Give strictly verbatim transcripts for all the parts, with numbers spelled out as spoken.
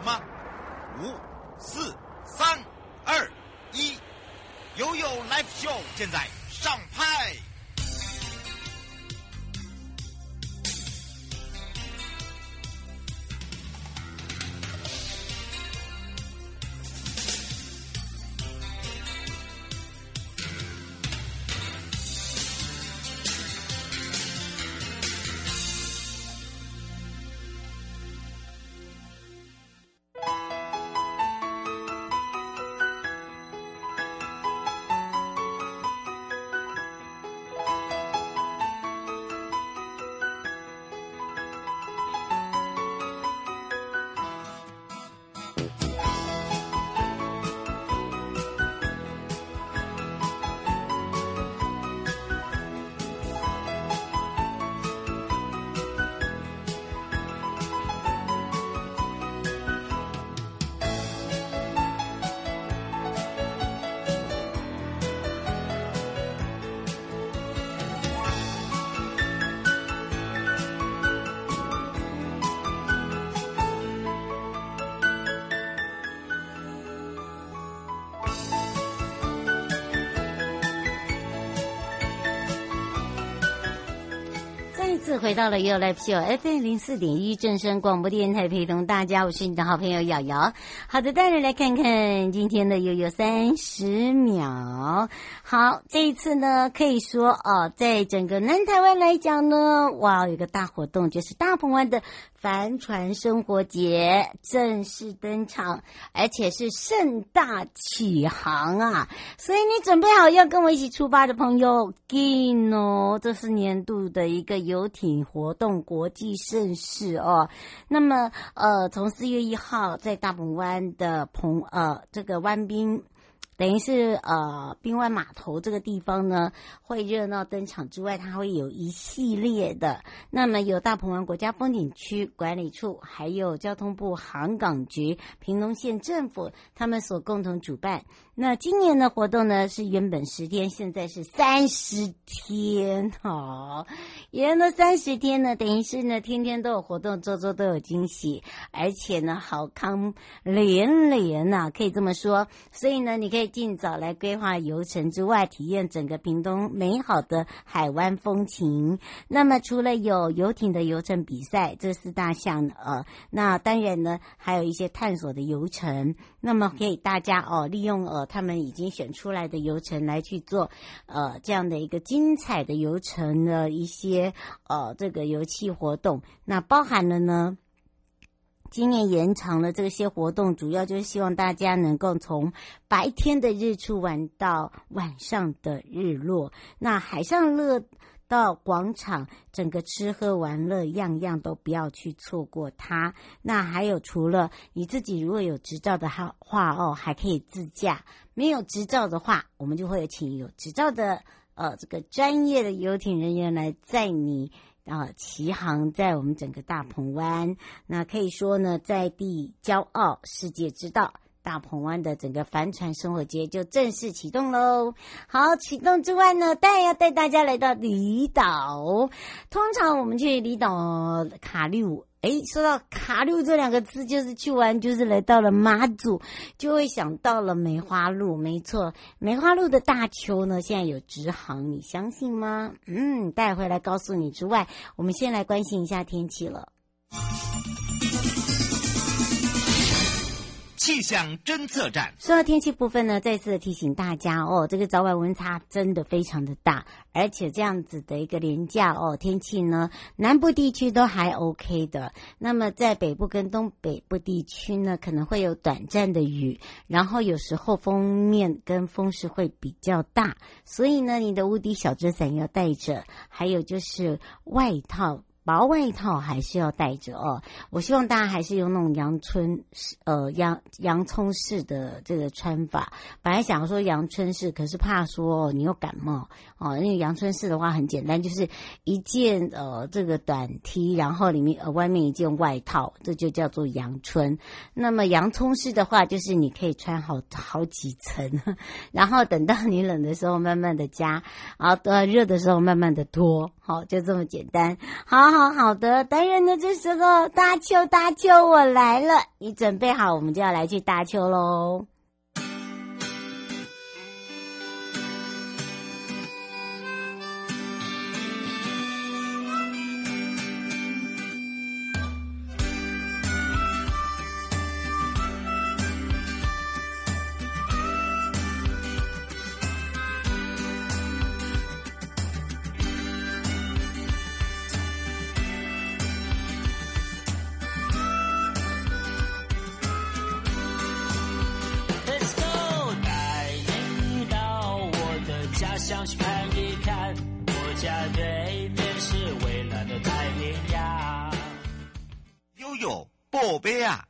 吗？五、四、三、二、一，悠悠 Live Show 现在上拍。 次回到了 You Live Show F M 零四点一正声广播电台，陪同大家，我是你的好朋友瑶瑶。好的，带人来看看今天的悠悠三十秒。好，这一次呢，可以说哦，在整个南台湾来讲呢，哇，有个大活动，就是大鹏湾的帆船生活节正式登场，而且是盛大启航啊！所以你准备好要跟我一起出发的朋友，紧哦！这是年度的一个游艇活动国际盛事哦。那么，呃，从四月一号在大鹏湾的鹏呃这个湾滨。等于是呃滨湾码头这个地方呢会热闹登场之外，它会有一系列的，那么有大鹏湾国家风景区管理处，还有交通部航港局、屏东县政府他们所共同主办。那今年的活动呢是原本十天，现在是三十天哦。原来三十天呢，等于是呢天天都有活动，周周都有惊喜，而且呢好康连连呐、啊，可以这么说。所以呢，你可以尽早来规划游程之外，体验整个屏东美好的海湾风情。那么除了有游艇的游程比赛这四大项呃，那当然呢还有一些探索的游程，那么可以大家哦利用呃他们已经选出来的游程来去做呃这样的一个精彩的游程的一些呃这个游憩活动。那包含了呢今年延长了这些活动，主要就是希望大家能够从白天的日出玩到晚上的日落。那海上乐到广场，整个吃喝玩乐样样都不要去错过它。那还有除了你自己如果有执照的话哦，还可以自驾；没有执照的话，我们就会请有执照的呃这个专业的游艇人员来载你。啊，骑航在我们整个大鹏湾，那可以说呢，在地骄傲，世界知道，大鹏湾的整个帆船生活节就正式启动喽。好，启动之外呢，当然要带大家来到离岛。通常我们去离岛卡六。诶，说到卡六这两个字，就是去玩，就是来到了马祖，就会想到了梅花鹿。没错，梅花鹿的大丘呢，现在有直航，你相信吗？嗯，带回来告诉你之外，我们先来关心一下天气了。 气象侦测站。 说到天气部分呢，再次的提醒大家哦，这个早晚温差真的非常的大，而且这样子的一个连假哦，天气呢，南部地区都还 OK 的，那么在北部跟东北部地区呢，可能会有短暂的雨，然后有时候风面跟风势会比较大，所以呢，你的无敌小遮伞要带着，还有就是外套。薄外套还是要带着哦。我希望大家还是用那种阳春呃洋洋葱式的这个穿法。本来想说阳春式，可是怕说、哦、你又感冒哦。因为阳春式的话很简单，就是一件呃这个短 T， 然后里面呃外面一件外套，这就叫做阳春。那么洋葱式的话，就是你可以穿好好几层，然后等到你冷的时候慢慢的加，然后呃热的时候慢慢的脱，好，就这么简单。好。 好好的。当然呢，这时候大邱大邱我来了，你准备好，我们就要来去大邱喽。 想去看一看，我家对面是蔚蓝的太平洋。 悠悠宝贝啊！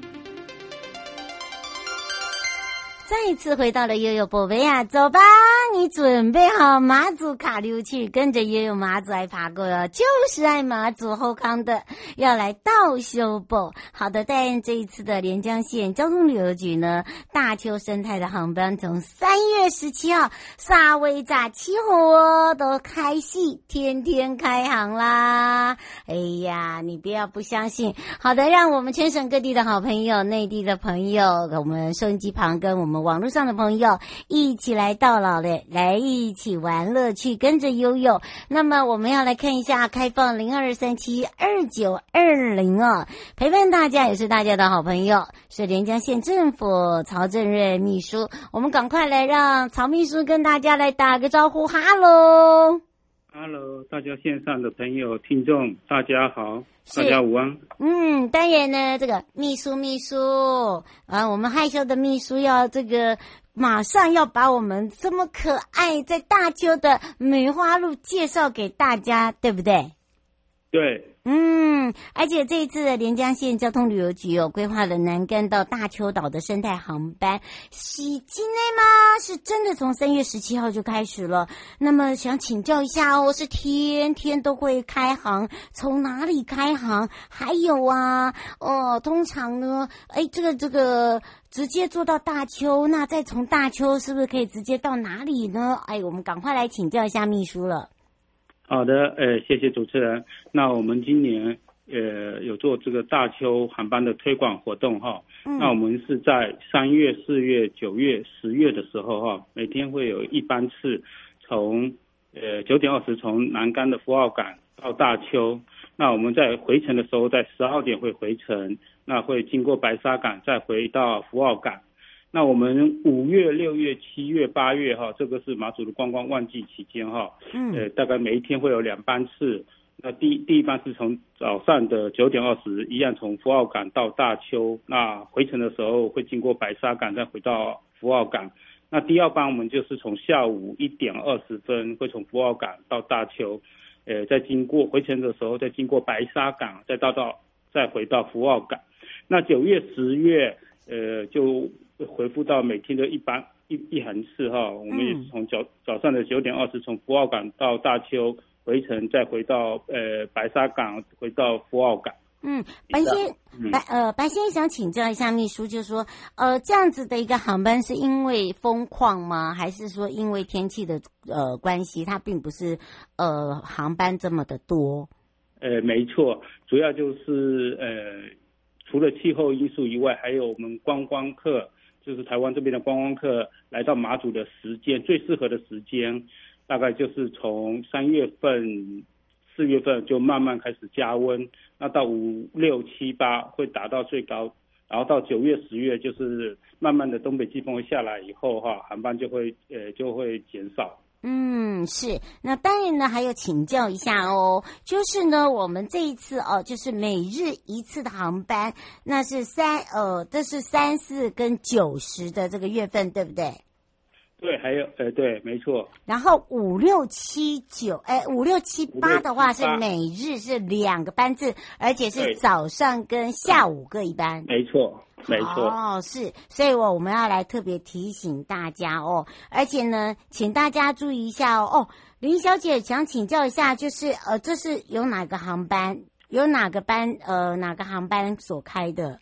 再一次回到了悠悠宝贝啊，走吧，你准备好马祖卡溜去，跟着悠悠马祖来爬过了，就是爱马祖后康的，要来倒修补。好的，但这一次的连江县交通旅游局呢，大邱生态的航班从三月十七号沙威炸起火都开戏，天天开航啦。哎呀，你不要不相信。好的，让我们全省各地的好朋友、内地的朋友、我们收音机旁跟我们网络上的朋友一起来到老了，来一起玩乐去，跟着悠悠。那么我们要来看一下开放零二三七二九二零哦，陪伴大家也是大家的好朋友，是连江县政府曹正瑞秘书。我们赶快来让曹秘书跟大家来打个招呼，哈喽。 Hello， 大家线上的朋友、听众，大家好，大家午安。 嗯，当然呢，这个秘书秘书啊，我们害羞的秘书要这个马上要把我们这么可爱在大邱的梅花鹿介绍给大家，对不对？ 对。 嗯，而且这一次的连江县交通旅游局有规划了南竿到大邱岛的生态航班，是今天吗？是真的从三月十七号就开始了。那么想请教一下哦，是天天都会开航？从哪里开航？还有啊，哦，通常呢，哎，这个这个直接坐到大邱，那再从大邱是不是可以直接到哪里呢？哎，我们赶快来请教一下秘书了。 好的，呃，谢谢主持人。那我们今年呃有做这个大邱航班的推广活动哈、嗯，那我们是在三月、四月、九月、十月的时候哈，每天会有一班次从呃九点二十从南竿的福澳港到大邱。那我们在回程的时候，在十二点会回程，那会经过白沙港，再回到福澳港。那我们五月、六月、七月、八月哈，这个是马祖的观光旺季期间哈，嗯，呃，大概每一天会有两班次。那第第一班是从早上的九点二十，一样从福澳港到大邱。那回程的时候会经过白沙港，再回到福澳港。那第二班我们就是从下午一点二十分会从福澳港到大邱，呃，再经过回程的时候再经过白沙港，再到到再回到福澳港。那九月、十月，呃，就回复到每天的一班一一航次哈，我们也是从早早上的九点二十从福澳港到大邱回程，再回到呃白沙港，回到福澳港。 嗯，白先白呃白先想请教一下秘书，就是说呃这样子的一个航班是因为风况吗？还是说因为天气的呃关系，它并不是呃航班这么的多？ 呃，没错，主要就是呃除了气候因素以外，还有我们观光客。就是台湾这边的观光客来到马祖的时间，最适合的时间，大概就是从三月份、四月份就慢慢开始加温，那到五六七八会达到最高，然后到九月、十月就是慢慢的东北季风会下来以后哈，航班就会呃就会减少。 嗯，是。那当然呢，还有请教一下哦，就是呢，我们这一次哦，就是每日一次的航班，那是三呃，这是三四跟九十的这个月份，对不对？ 对，还有呃，对，没错。 然后五六七九，哎，五六七八的话是每日是两个班次，而且是早上跟下午各一班。 没错。没错哦，是，所以我我们要来特别提醒大家哦，而且呢，请大家注意一下哦。哦，林小姐想请教一下，就是呃，这是有哪个航班，有哪个班呃哪个航班所开的？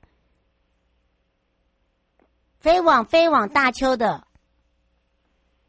飞往飞往大邱的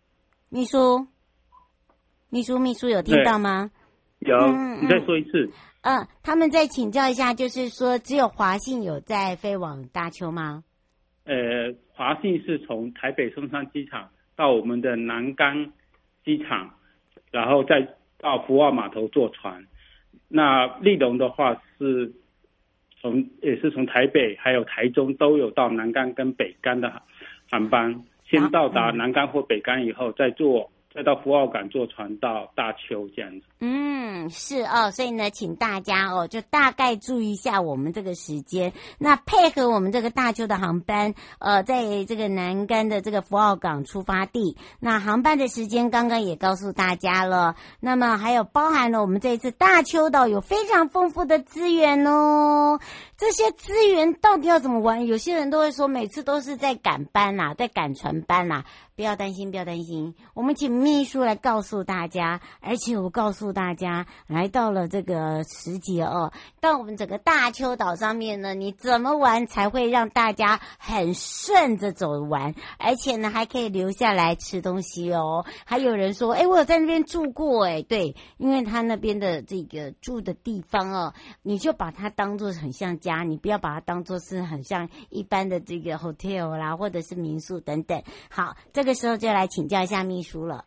秘书，秘书秘书有听到吗？ 有，嗯、你再说一次。 嗯，他们再请教一下，就是说只有华信有在飞往大邱吗？ 呃，华信是从台北松山机场到我们的南竿机场，然后再到福澳码头坐船。那立荣的话是从也是从台北还有台中都有到南竿跟北竿的航班，先到达南竿或北竿以后，再坐再到福澳港坐船到大邱这样子。 嗯，是哦，所以呢，请大家哦，就大概注意一下我们这个时间，那配合我们这个大邱的航班，呃，在这个南竿的这个福澳港出发地，那航班的时间刚刚也告诉大家了，那么还有包含了我们这一次大邱岛有非常丰富的资源哦，这些资源到底要怎么玩？有些人都会说每次都是在赶班啦、啊，在赶船班啦、啊，不要担心，不要担心，我们请秘书来告诉大家，而且我告诉大家，来到了这个时节哦，到我们整个大邱岛上面呢，你怎么玩才会让大家很顺着走完，而且呢还可以留下来吃东西哦。还有人说，哎，我有在那边住过，哎，对，因为他那边的这个住的地方哦，你就把它当作很像家，你不要把它当作是很像一般的这个 hotel 啦，或者是民宿等等。好，这个时候就来请教一下秘书了。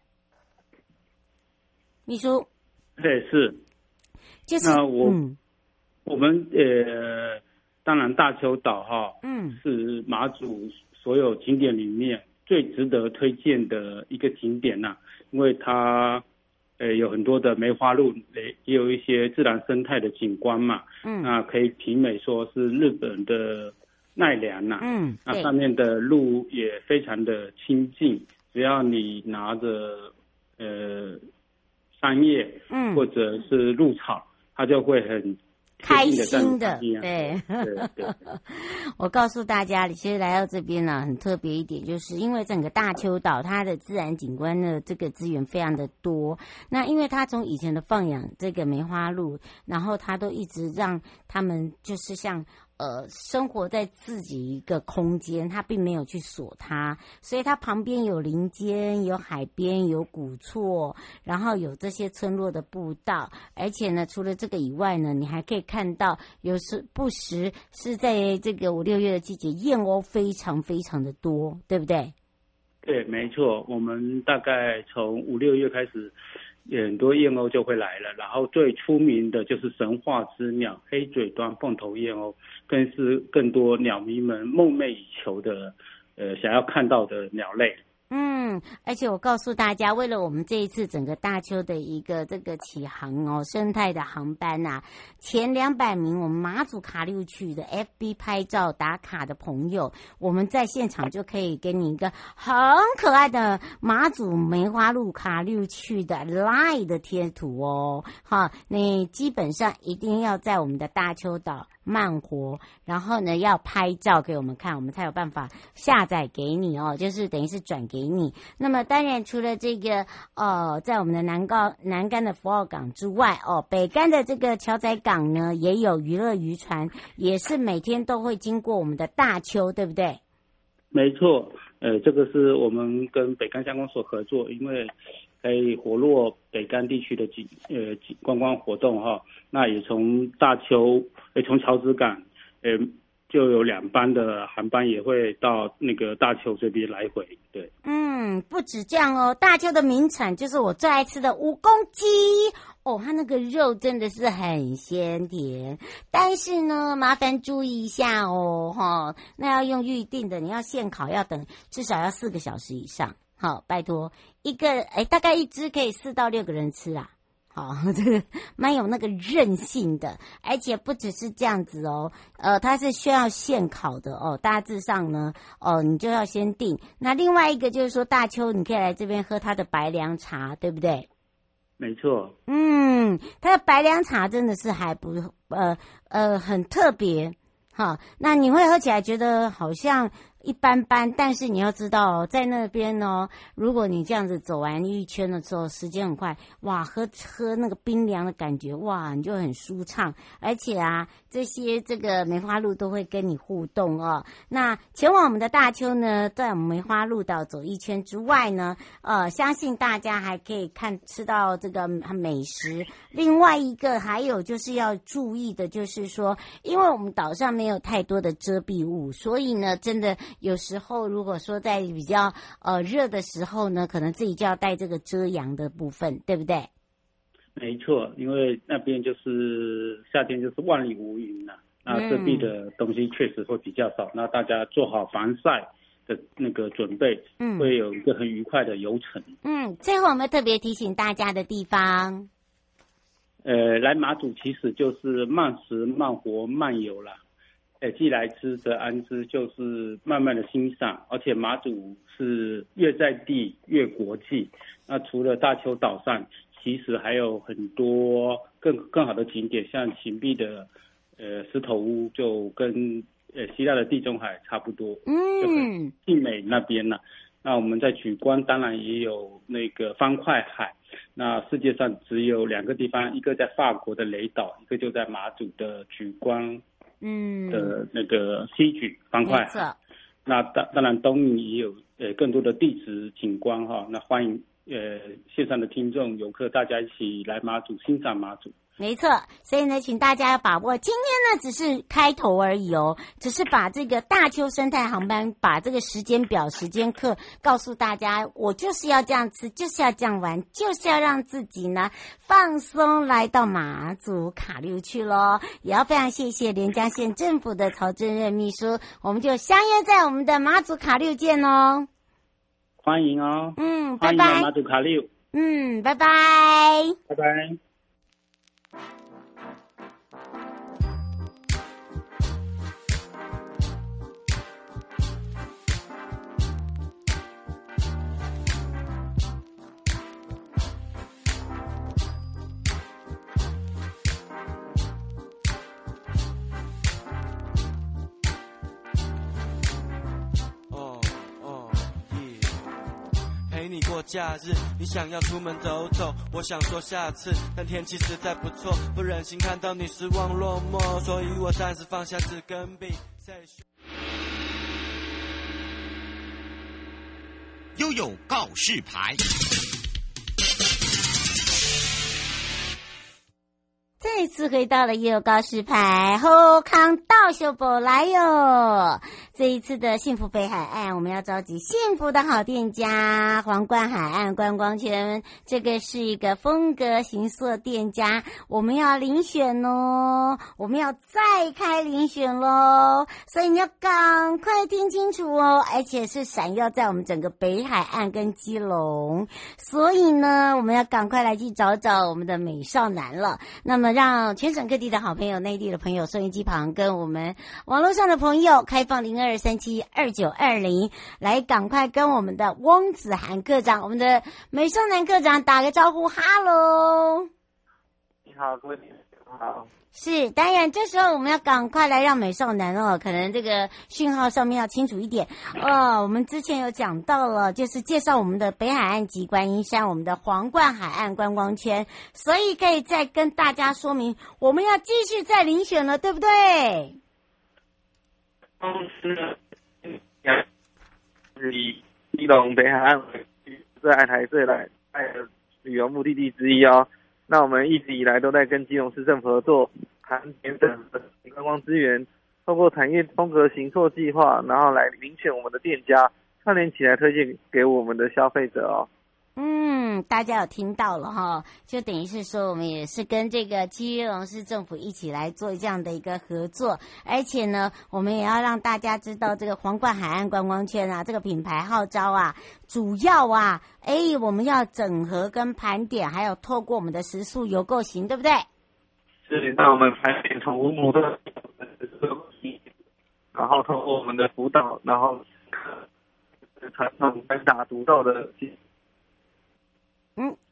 秘书， 对，是， 就是那我、 嗯、 我们呃，当然大邱岛哈， 嗯， 是马祖所有景点里面最值得推荐的一个景点呐、啊，因为它呃有很多的梅花鹿，也也有一些自然生态的景观嘛， 嗯， 那可以媲美说是日本的奈良呐、啊， 嗯， 那上面的路也非常的清净，只要你拿着呃。桑叶，嗯，或者是鹿草，它就会很开心的， 对对对。我告诉大家，其实来到这边呢，很特别一点，就是因为整个大邱岛它的自然景观的这个资源非常的多。那因为它从以前的放养这个梅花鹿，然后它都一直让他们就是像。呃，生活在自己一个空间，它并没有去锁它，所以它旁边有林间、有海边、有古厝，然后有这些村落的步道，而且呢，除了这个以外呢，你还可以看到有时不时是在这个五六月的季节，燕鸥非常非常的多，对不对？ 对，没错，我们大概从五六月开始。很多燕鸥就会来了，然后最出名的就是神话之鸟黑嘴端凤头燕鸥，更是更多鸟迷们梦寐以求的，呃，想要看到的鸟类。 嗯，而且我告诉大家，为了我们这一次整个大邱的一个这个启航哦，生态的航班啊，前两百名我们马祖卡六区的 F B 拍照打卡的朋友，我们在现场就可以给你一个很可爱的马祖梅花鹿卡六区的 Line 的贴图哦，哈，你基本上一定要在我们的大邱岛慢活，然后呢要拍照给我们看，我们才有办法下载给你哦，就是等于是转给你。那么当然除了这个呃，在我们的南高南竿的福澳港之外哦，北竿的这个桥仔港呢也有娱乐渔船，也是每天都会经过我们的大邱，对不对？ 没错，呃，这个是我们跟北竿乡公所合作，因为可以活络北竿地区的景呃观光活动哈。那也从大邱，呃从桥子港，呃就有两班的航班也会到那个大邱这边来回。对， 嗯，不止这样哦，大邱的名产就是我最爱吃的蜈蚣鸡哦，它那个肉真的是很鲜甜，但是呢，麻烦注意一下哦，哈，那要用预定的，你要现烤要等至少要四个小时以上。好，拜托，一个哎，大概一只可以四到六个人吃啊。好，这个蛮有那个韧性的，而且不只是这样子哦，呃，它是需要现烤的哦。大致上呢，哦，你就要先订。那另外一个就是说，大邱你可以来这边喝它的白凉茶，对不对？ 没错。 嗯，它的白凉茶真的是还不呃呃很特别。好，那你会喝起来觉得好像一般般，但是你要知道哦，在那边哦，如果你这样子走完一圈的时候，时间很快，哇，喝喝那个冰凉的感觉，哇，你就很舒畅。而且啊，这些这个梅花鹿都会跟你互动哦。那前往我们的大丘呢，在我们梅花鹿岛走一圈之外呢，呃，相信大家还可以看吃到这个美食。另外一个还有就是要注意的，就是说，因为我们岛上没有太多的遮蔽物，所以呢，真的有时候如果说在比较呃热的时候呢，可能自己就要带这个遮阳的部分，对不对？ 没错，因为那边就是夏天就是万里无云了、啊，那遮蔽的东西确实会比较少，那大家做好防晒的那个准备，嗯，会有一个很愉快的游程。 嗯，最后我们特别提醒大家的地方， 呃，来马祖其实就是慢食慢活慢游啦。呃，既来之则安之，就是慢慢的欣赏，而且马祖是越在地越国际。那除了大丘岛上，其实还有很多更更好的景点，像芹壁的呃石头屋，就跟呃希腊的地中海差不多，嗯，媲美那边呢、啊。那我们在莒光当然也有那个方块海，那世界上只有两个地方，一个在法国的雷岛，一个就在马祖的莒光。嗯的那个西莒方块海，那当当然东引也有呃更多的地质景观哈，那欢迎呃线上的听众游客大家一起来马祖欣赏马祖。 没错，所以呢，请大家要把握。今天呢，只是开头而已哦，只是把这个大丘生态航班，把这个时间表、时间课告诉大家。我就是要这样吃，就是要这样玩，就是要让自己呢放松，来到马祖卡六去咯。也要非常谢谢连江县政府的曹正任秘书，我们就相约在我们的马祖卡六见哦。 欢迎哦， 嗯，拜拜。 欢迎来马祖卡六。 嗯，拜拜。 拜拜。 陪你过假日，你想要出门走走，我想说下次，但天气实在不错，不忍心看到你失望落寞，所以我暂时放下纸跟笔。 悠悠告示牌。 再次回到了悠悠告示牌，后康道秀宝来哟！这一次的幸福北海岸，我们要召集幸福的好店家皇冠海岸观光圈，这个是一个风格形色店家，我们要遴选哦，我们要再开遴选咯，所以你要赶快听清楚哦，而且是闪耀在我们整个北海岸跟基隆，所以呢，我们要赶快来去找找我们的美少男了。那么让全省各地的好朋友、内地的朋友、收音机旁跟我们网络上的朋友开放零二三七二九二零，来赶快跟我们的翁子涵科长、我们的美少男科长打个招呼，哈喽！ 你好，各位听众好。 是，当然这时候我们要赶快来让美少男哦，可能这个讯号上面要清楚一点哦。我们之前有讲到了，就是介绍我们的北海岸及观音山，我们的皇冠海岸观光圈，所以可以再跟大家说明，我们要继续再遴选了，对不对？ 公司以基隆北海岸为最爱台最来爱的旅游目的地之一哦。那我们一直以来都在跟基隆市政府合作，盘点等的观光资源，透过产业风格形塑计划，然后来遴选我们的店家，串联起来推荐给我们的消费者哦。 嗯，大家有听到了哈，就等于是说我们也是跟这个基隆市政府一起来做这样的一个合作，而且呢，我们也要让大家知道这个皇冠海岸观光圈啊，这个品牌号召啊，主要啊，哎，我们要整合跟盘点，还有透过我们的食宿游购行，对不对？ 是，那我们盘点从无模的，然后透过我们的辅导，然后传统单打独斗的。 嗯，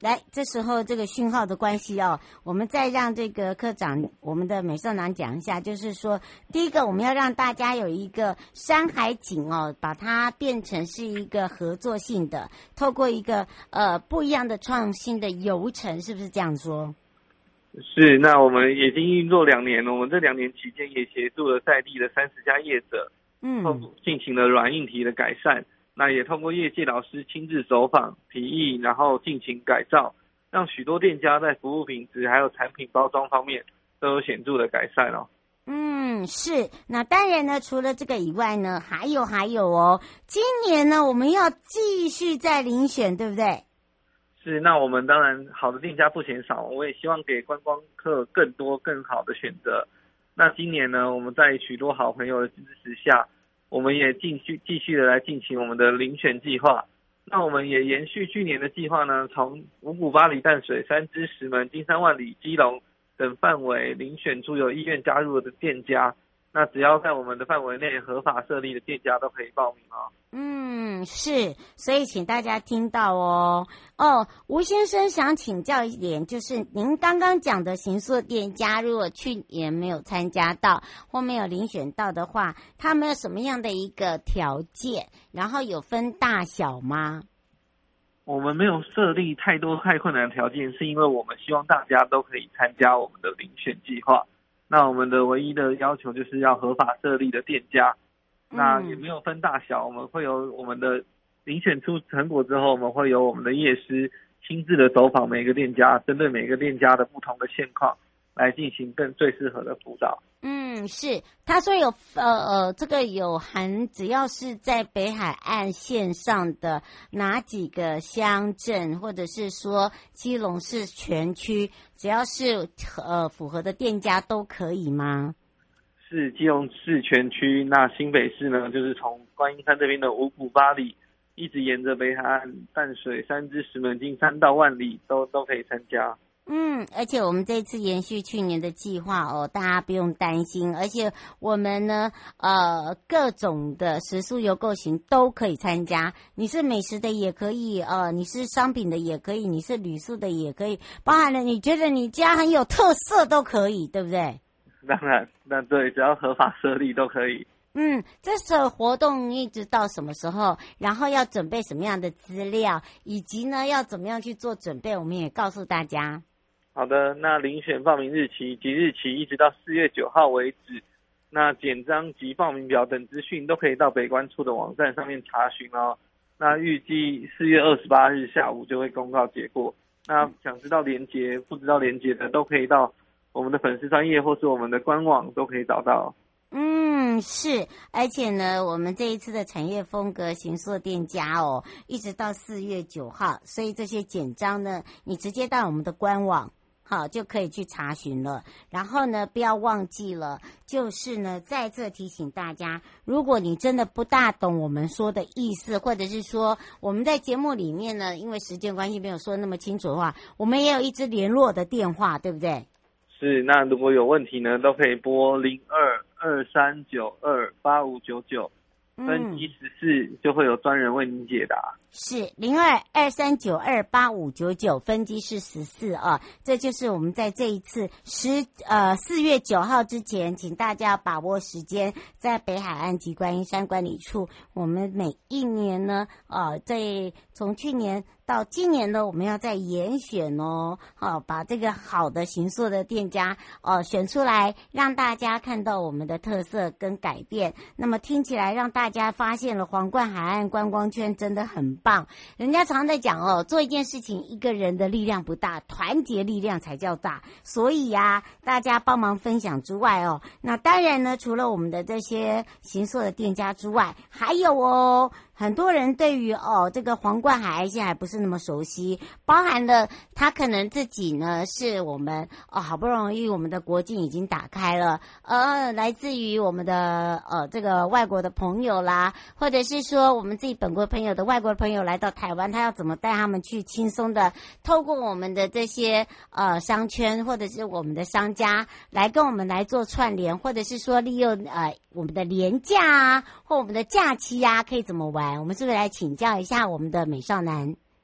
来，这时候这个讯号的关系哦，我们再让这个科长，我们的美少男讲一下，就是说，第一个我们要让大家有一个山海景哦，把它变成是一个合作性的，透过一个呃不一样的创新的游程，是不是这样说？ 是，那我们已经运作两年了，我们这两年期间也协助了在地的三十家业者， 嗯， 进行了软硬体的改善。那也通过业界老师亲自走访提议，然后进行改造，让许多店家在服务品质还有产品包装方面都有显著的改善哦。 嗯，是。那当然呢，除了这个以外呢，还有还有哦，今年呢我们要继续再遴选，对不对？ 是，那我们当然好的店家不嫌少，我也希望给观光客更多更好的选择。那今年呢，我们在许多好朋友的支持下，我们也继续继续的来进行我们的遴选计划。那我们也延续去年的计划呢，从五股、八里、淡水、三芝、石门、金山、万里、基隆等范围遴选出有意愿加入的店家。那只要在我们的范围内合法设立的店家都可以报名哦。 嗯，是，所以请大家听到哦。哦，吴先生想请教一点，就是您刚刚讲的行塑店家，如果去年没有参加到或没有遴选到的话，他们有什么样的一个条件？然后有分大小吗？ 我们没有设立太多太困难的条件，是因为我们希望大家都可以参加我们的遴选计划。那我们的唯一的要求就是要合法设立的店家，那也没有分大小，我们会有我们的遴选出成果之后，我们会有我们的业师亲自的走访每个店家，针对每个店家的不同的现况来进行更最适合的辅导。 嗯，是，他说有呃呃，这个有含，只要是在北海岸线上的哪几个乡镇，或者是说基隆市全区，只要是呃符合的店家都可以吗？ 是基隆市全区，那新北市呢，就是从观音山这边的五股、八里，一直沿着北海岸、淡水、三芝、石门、金山到万里，都都可以参加。 嗯，而且我们这次延续去年的计划哦，大家不用担心。而且我们呢，呃，各种的食宿游购行都可以参加。你是美食的也可以，呃，你是商品的也可以，你是旅宿的也可以，包含了你觉得你家很有特色都可以，对不对？ 当然，那对，只要合法设立都可以。 嗯，这次活动一直到什么时候？然后要准备什么样的资料，以及呢要怎么样去做准备，我们也告诉大家。 好的，那遴选报名日期即日起一直到四月九号为止。那简章及报名表等资讯都可以到北关处的网站上面查询哦。那预计四月二十八日下午就会公告结果。那想知道连结，不知道连结的都可以到我们的粉丝专页或是我们的官网都可以找到。 嗯，是，而且呢，我们这一次的产业风格行塑店家哦，一直到四月九号，所以这些简章呢，你直接到我们的官网。好，就可以去查询了。然后呢，不要忘记了，就是呢，再次提醒大家，如果你真的不大懂我们说的意思，或者是说我们在节目里面呢，因为时间关系没有说那么清楚的话，我们也有一支联络的电话，对不对？ 是，那如果有问题呢，都可以拨零二二三九二八五九九，分机十四就会有专人为您解答。 是零二二三九二八五九九，分机是十四啊，这就是我们在这一次十呃四月九号之前，请大家把握时间，在北海岸及观音山管理处，我们每一年呢，呃，在从去年到今年呢，我们要再严选哦，好、啊，把这个好的行塑的店家哦、呃、选出来，让大家看到我们的特色跟改变。那么听起来让大家发现了皇冠海岸观光圈真的很棒。人家常在讲哦，做一件事情一个人的力量不大，团结力量才叫大。所以啊，大家帮忙分享之外哦，那当然呢，除了我们的这些行塑的店家之外，还有哦。很多人对于哦这个皇冠海岸线还不是那么熟悉，包含了他可能自己呢是我们哦好不容易我们的国境已经打开了，呃来自于我们的呃这个外国的朋友啦，或者是说我们自己本国朋友的外国朋友来到台湾，他要怎么带他们去轻松的透过我们的这些呃商圈或者是我们的商家来跟我们来做串联，或者是说利用呃我们的廉价啊或我们的假期啊可以怎么玩？我们是不是来请教一下我们的美少男？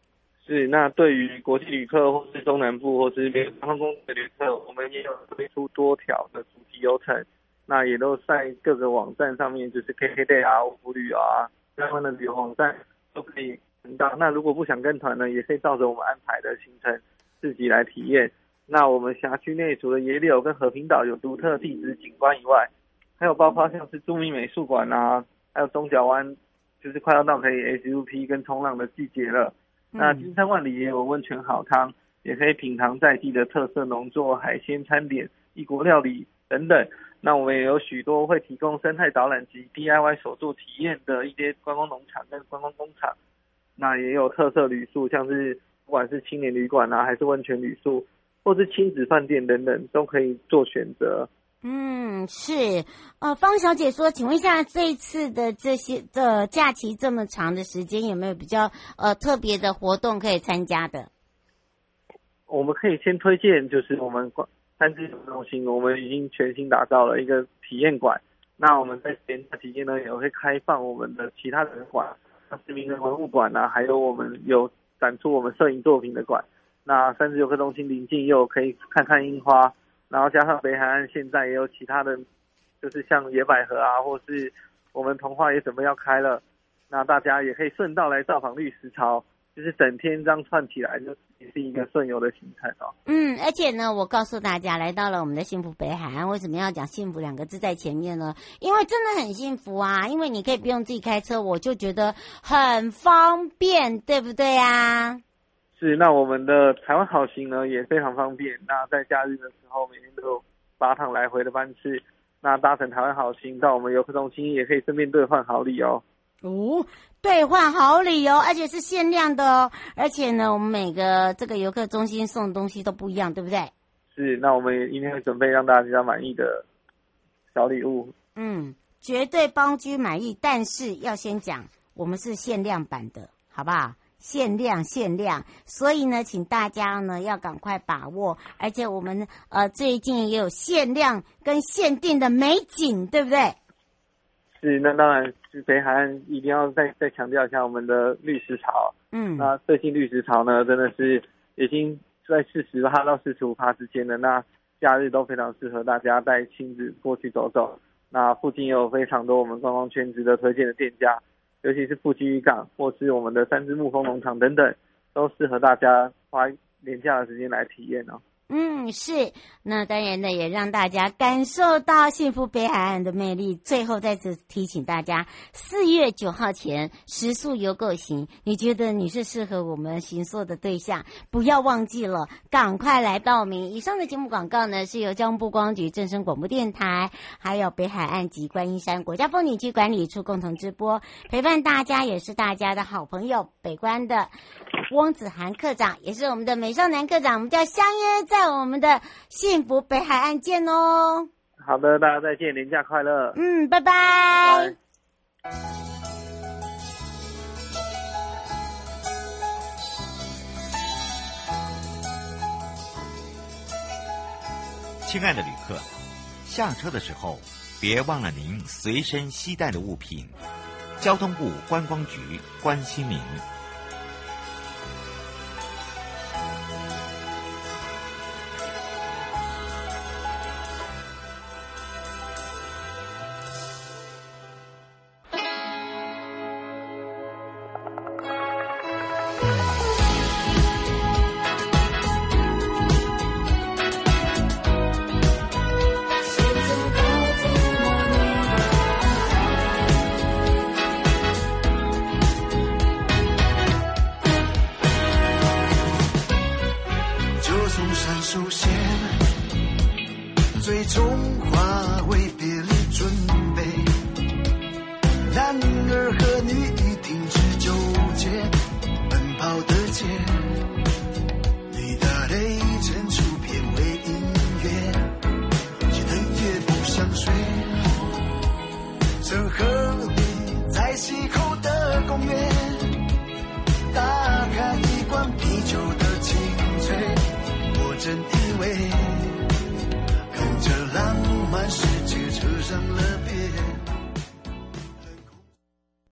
是，那对于国际旅客或是中南部或是联航空公司的旅客，我们也有推出多条的主题游程，那也都在各个网站上面，就是 K K day 啊、五福旅游啊相关的旅游网站都可以看到。那如果不想跟团呢，也可以照着我们安排的行程自己来体验。那我们辖区内除了野柳跟和平岛有独特地质景观以外，还有包括像是著名美术馆啊，还有中角湾，就是快要到可以 S U P 跟冲浪的季节了。那金山万里也有温泉好汤，也可以品尝在地的特色农作、海鲜餐点、异国料理等等。那我们也有许多会提供生态导览及 D I Y 手作体验的一些观光农场跟观光工厂。那也有特色旅宿，像是不管是青年旅馆啊，还是温泉旅宿，或是亲子饭店等等，都可以做选择。 嗯，是，呃，方小姐说，请问一下，这一次的这些的假期这么长的时间，有没有比较呃特别的活动可以参加的？ 我们可以先推荐，就是我们三芝中心，我们已经全新打造了一个体验馆。那我们在闲暇期间呢，也会开放我们的其他的馆，像是名人文物馆啊，还有我们有展出我们摄影作品的馆。那三芝游客中心临近又可以看看樱花。然后加上北海岸现在也有其他的，就是像野百合啊，或是我们童话也准备要开了，那大家也可以顺道来造访绿石潮，就是整天这样串起来，就也是一个顺游的行程哦。 嗯，而且呢，我告诉大家，来到了我们的幸福北海岸，为什么要讲幸福两个字在前面呢？因为真的很幸福啊，因为你可以不用自己开车，我就觉得很方便，对不对啊？ 是，那我们的台湾好行呢也非常方便。那在假日的时候，每天都有八趟来回的班次。那搭乘台湾好行到我们游客中心，也可以顺便兑换好礼哦。 哦，兑换好礼哦，而且是限量的哦。而且呢，我们每个这个游客中心送的东西都不一样，对不对？ 是，那我们也一定会准备让大家满意的小礼物。 嗯，绝对帮居满意，但是要先讲，我们是限量版的，好不好？限量限量，所以呢，请大家呢要赶快把握，而且我们呃最近也有限量跟限定的美景，对不对？ 是，那当然是北海岸一定要再再强调一下我们的绿石潮。嗯，那最近绿石潮呢，真的是已经在四十趴到四十五趴之间的，那假日都非常适合大家带亲子过去走走。那附近也有非常多我们观光圈值得推荐的店家。尤其是富基渔港或是我们的三芝沐风农场等等，都适合大家花廉价的时间来体验哦。 嗯，是，那当然呢，也让大家感受到幸福北海岸的魅力。最后再次提醒大家，四月九号前食宿游购行，你觉得你是适合我们行宿的对象，不要忘记了，赶快来报名。以上的节目广告呢，是由交通部观光局正声广播电台，还有北海岸及观音山国家风景区管理处共同直播，陪伴大家也是大家的好朋友，北观的翁子涵科长，也是我们的美少男科长，我们就要相约在我们的幸福北海岸见哦。 好的，大家再见，连假快乐。 嗯，拜拜。 拜拜。 亲爱的旅客，下车的时候别忘了您随身携带的物品。交通部观光局关心您。 曾和你在溪口的公园